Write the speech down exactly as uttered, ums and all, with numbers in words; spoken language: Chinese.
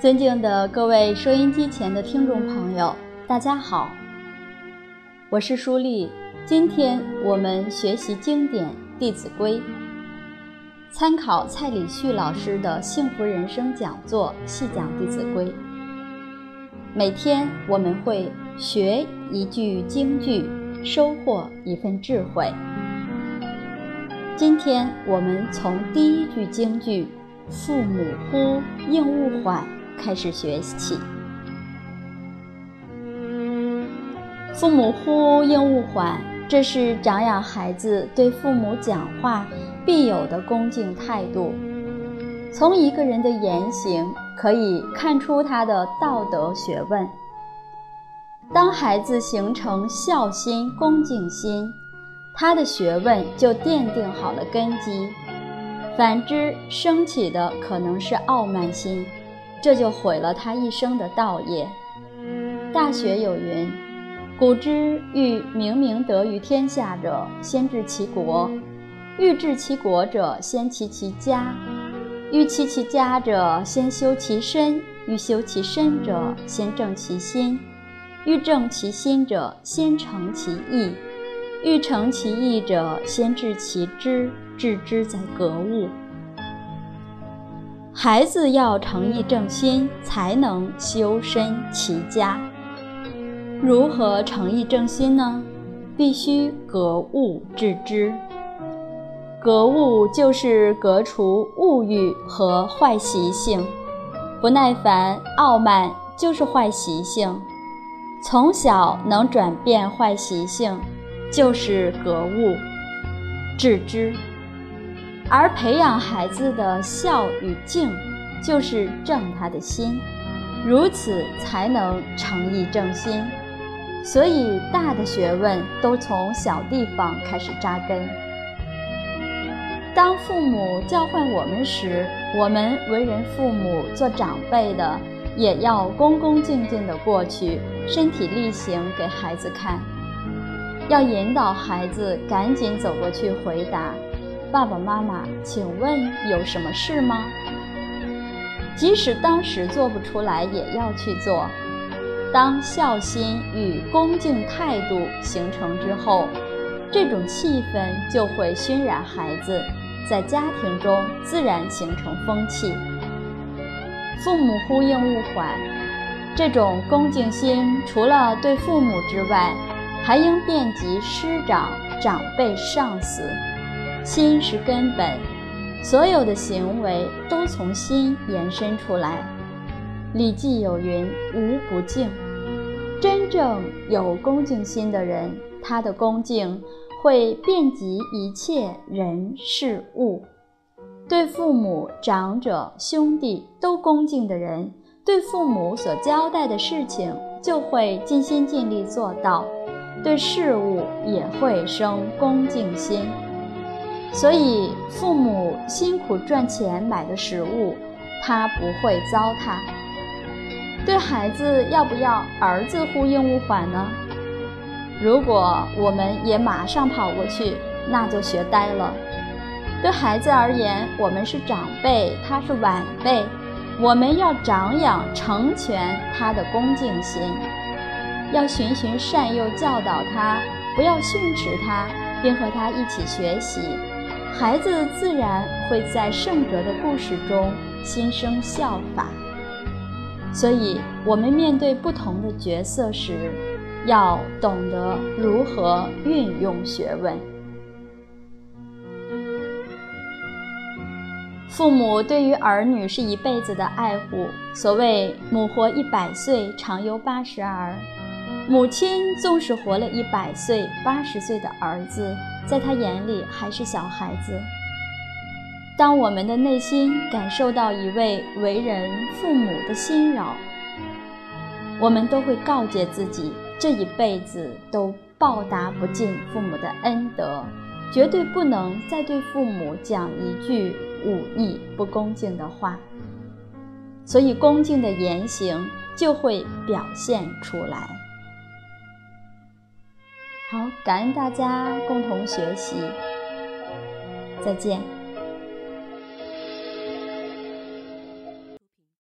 尊敬的各位收音机前的听众朋友，大家好，我是舒丽。今天我们学习经典《弟子规》，参考蔡礼旭老师的幸福人生讲座，细讲《弟子规》。每天我们会学一句京剧，收获一份智慧。今天我们从第一句京剧“父母呼，应勿缓”开始学起。父母呼，应勿缓，这是长养孩子对父母讲话必有的恭敬态度。从一个人的言行可以看出他的道德学问。当孩子形成孝心、恭敬心，他的学问就奠定好了根基。反之，升起的可能是傲慢心，这就毁了他一生的道业。大学有云：古之欲明明德于天下者，先治其国；欲治其国者，先齐其家；欲齐其家者，先修其身；欲修其身者，先正其心；欲正其心者，先诚其意；欲诚其意者，先治其知。致知在格物。孩子要诚意正心，才能修身齐家。如何诚意正心呢？必须格物致知。格物就是革除物欲和坏习性，不耐烦、傲慢就是坏习性。从小能转变坏习性，就是格物致知。而培养孩子的孝与敬，就是正他的心，如此才能诚意正心。所以大的学问都从小地方开始扎根。当父母教唤我们时，我们为人父母做长辈的，也要恭恭敬敬地过去，身体力行给孩子看。要引导孩子赶紧走过去回答：爸爸妈妈，请问有什么事吗？即使当时做不出来，也要去做。当孝心与恭敬态度形成之后，这种气氛就会熏染孩子，在家庭中自然形成风气。父母呼，应勿缓，这种恭敬心除了对父母之外，还应遍及师长、长辈、上司。心是根本，所有的行为都从心延伸出来。礼记有云：无不敬。真正有恭敬心的人，他的恭敬会遍及一切人事物。对父母、长者、兄弟都恭敬的人，对父母所交代的事情就会尽心尽力做到，对事物也会生恭敬心。所以父母辛苦赚钱买的食物，他不会糟蹋。对孩子要不要儿子呼，应勿缓呢？如果我们也马上跑过去，那就学呆了。对孩子而言，我们是长辈，他是晚辈，我们要长养成全他的恭敬心，要循循善诱教导他，不要训斥他，并和他一起学习。孩子自然会在圣哲的故事中心生效法。所以我们面对不同的角色时，要懂得如何运用学问。父母对于儿女是一辈子的爱护，所谓母活一百岁，长忧八十儿。母亲纵使活了一百岁、八十岁的儿子，在他眼里还是小孩子。当我们的内心感受到一位为人父母的心扰，我们都会告诫自己，这一辈子都报答不尽父母的恩德，绝对不能再对父母讲一句忤逆、不恭敬的话。所以恭敬的言行就会表现出来。好，感恩大家共同学习，再见。